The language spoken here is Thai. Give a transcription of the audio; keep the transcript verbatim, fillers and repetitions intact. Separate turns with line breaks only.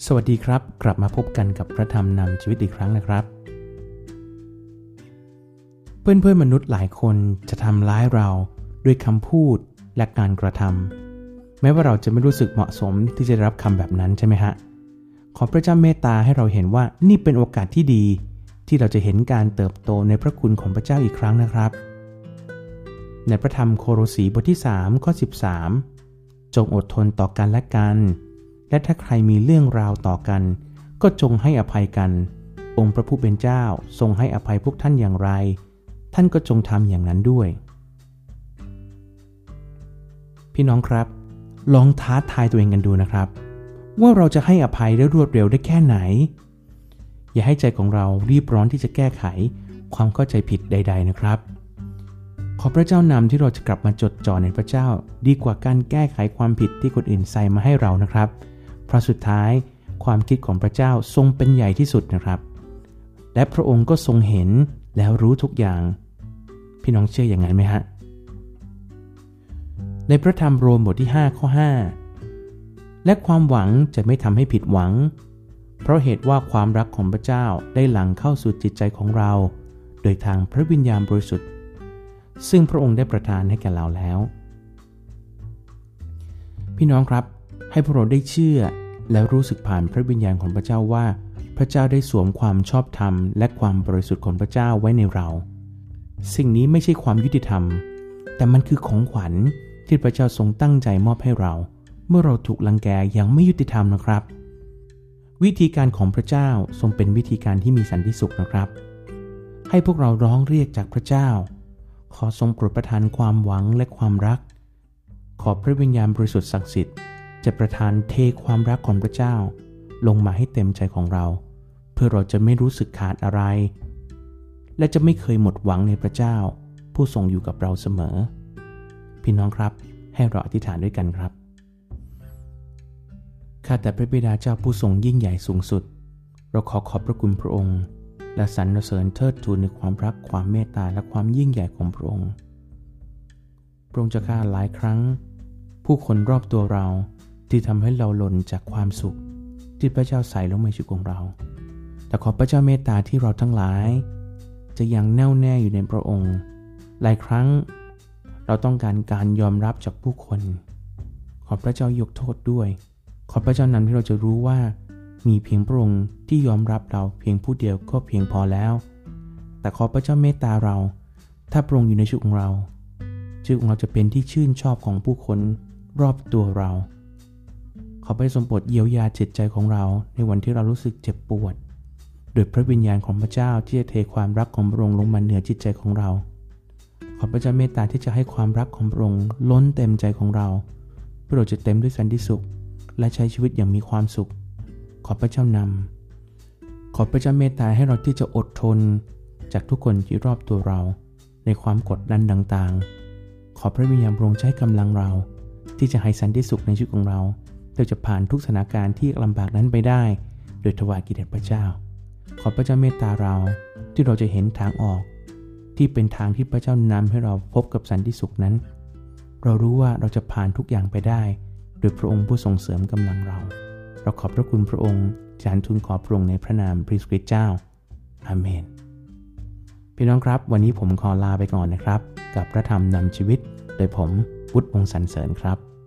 สวัสดีครับกลับมาพบกันกับพระธรรมนำชีวิตอีกครั้งนะครับเพื่อนเพื่อนมนุษย์หลายคนจะทำร้ายเราด้วยคำพูดและการกระทำแม้ว่าเราจะไม่รู้สึกเหมาะสมที่จะได้รับคำแบบนั้นใช่ไหมฮะขอพระเจ้าเมตตาให้เราเห็นว่านี่เป็นโอกาสที่ดีที่เราจะเห็นการเติบโตในพระคุณของพระเจ้าอีกครั้งนะครับในพระธรรมโคโลสีบทที่สามข้อสิบสามจงอดทนต่อกันและกันและถ้าใครมีเรื่องราวต่อกันก็จงให้อภัยกันองค์พระผู้เป็นเจ้าทรงให้อภัยพวกท่านอย่างไรท่านก็จงทำอย่างนั้นด้วยพี่น้องครับลองท้าทายตัวเองกันดูนะครับว่าเราจะให้อภัยได้รวดเร็วได้แค่ไหนอย่าให้ใจของเรารีบร้อนที่จะแก้ไขความเข้าใจผิดใดๆนะครับขอพระเจ้านำที่เราจะกลับมาจดจ่อในพระเจ้าดีกว่าการแก้ไขความผิดที่คนอื่นใส่มาให้เรานะครับเพราะสุดท้ายความคิดของพระเจ้าทรงเป็นใหญ่ที่สุดนะครับและพระองค์ก็ทรงเห็นแล้วรู้ทุกอย่างพี่น้องเชื่ออย่างนั้นไหมฮะในพระธรรมโรมบทที่ห้าข้อห้าและความหวังจะไม่ทำให้ผิดหวังเพราะเหตุว่าความรักของพระเจ้าได้หลั่งเข้าสู่จิตใจของเราโดยทางพระวิญญาณบริสุทธิ์ซึ่งพระองค์ได้ประทานให้แก่เราแล้วพี่น้องครับให้พวกเราได้เชื่อและรู้สึกผ่านพระวิญญาณของพระเจ้าว่าพระเจ้าได้สวมความชอบธรรมและความบริสุทธิ์ของพระเจ้าไว้ในเราสิ่งนี้ไม่ใช่ความยุติธรรมแต่มันคือของขวัญที่พระเจ้าทรงตั้งใจมอบให้เราเมื่อเราถูกรังแกอย่างไม่ยุติธรรมนะครับวิธีการของพระเจ้าทรงเป็นวิธีการที่มีสันติสุขนะครับให้พวกเราร้องเรียกจากพระเจ้าขอทรงโปรดประทานความหวังและความรักขอพระวิญญาณบริสุทธิ์ศักดิ์สิทธิ์จะประทานเทความรักของพระเจ้าลงมาให้เต็มใจของเราเพื่อเราจะไม่รู้สึกขาดอะไรและจะไม่เคยหมดหวังในพระเจ้าผู้ทรงอยู่กับเราเสมอพี่น้องครับให้เราอธิษฐานด้วยกันครับข้าแต่พระบิดาเจ้าผู้ทรงยิ่งใหญ่สูงสุดเราขอขอบพระคุณพระองค์และสรรเสริญเทิดทูนในความรักความเมตตาและความยิ่งใหญ่ของพระองค์พระองค์จะฆ่าหลายครั้งผู้คนรอบตัวเราที่ทำให้เราหล่นจากความสุขที่พระเจ้าใส่ลงในชีวิตของเราแต่ขอพระเจ้าเมตตาที่เราทั้งหลายจะยังแน่วแน่อยู่ในพระองค์หลายครั้งเราต้องการการยอมรับจากผู้คนขอพระเจ้ายกโทษด้วยขอพระเจ้านำที่เราจะรู้ว่ามีเพียงพระองค์ที่ยอมรับเราเพียงผู้เดียวก็เพียงพอแล้วแต่ขอพระเจ้าเมตตาเราถ้าพระองค์อยู่ในชีวิตของเราชีวิตของเราจะเป็นที่ชื่นชอบของผู้คนรอบตัวเราขอพระเจ้าทรงโปรดเยียวยาจิตใจของเราในวันที่เรารู้สึกเจ็บปวดโดยพระวิญญาณของพระเจ้าที่จะเทความรักของพระองค์ลงมาเหนือจิตใจของเราขอพระเจ้าเมตตาที่จะให้ความรักของพระองค์ล้นเต็มใจของเราเพื่อเราจะเต็มด้วยสันติสุขและใช้ชีวิตอย่างมีความสุขขอพระเจ้านำขอพระเจ้าเมตตาให้เราที่จะอดทนจากทุกคนที่รอบตัวเราในความกดดันต่างๆขอพระวิญญาณทรงใช้กำลังเราที่จะให้สันติสุขในชีวิตของเราเราจะผ่านทุกสถานการณ์ที่ลำบากนั้นไปได้โดยถวายเกียรติแด่พระเจ้าขอพระเจ้าเมตตาเราที่เราจะเห็นทางออกที่เป็นทางที่พระเจ้านำให้เราพบกับสันติสุขนั้นเรารู้ว่าเราจะผ่านทุกอย่างไปได้โดยพระองค์ผู้ทรงเสริมกำลังเราเราขอบพระคุณพระองค์จานทูลขอพระองค์ในพระนามพระคริสต์เจ้าอาเมนพี่น้องครับวันนี้ผมขอลาไปก่อนนะครับกับพระธรรมนำชีวิตโดยผมวุฒิวงศ์สรรเสริญครับ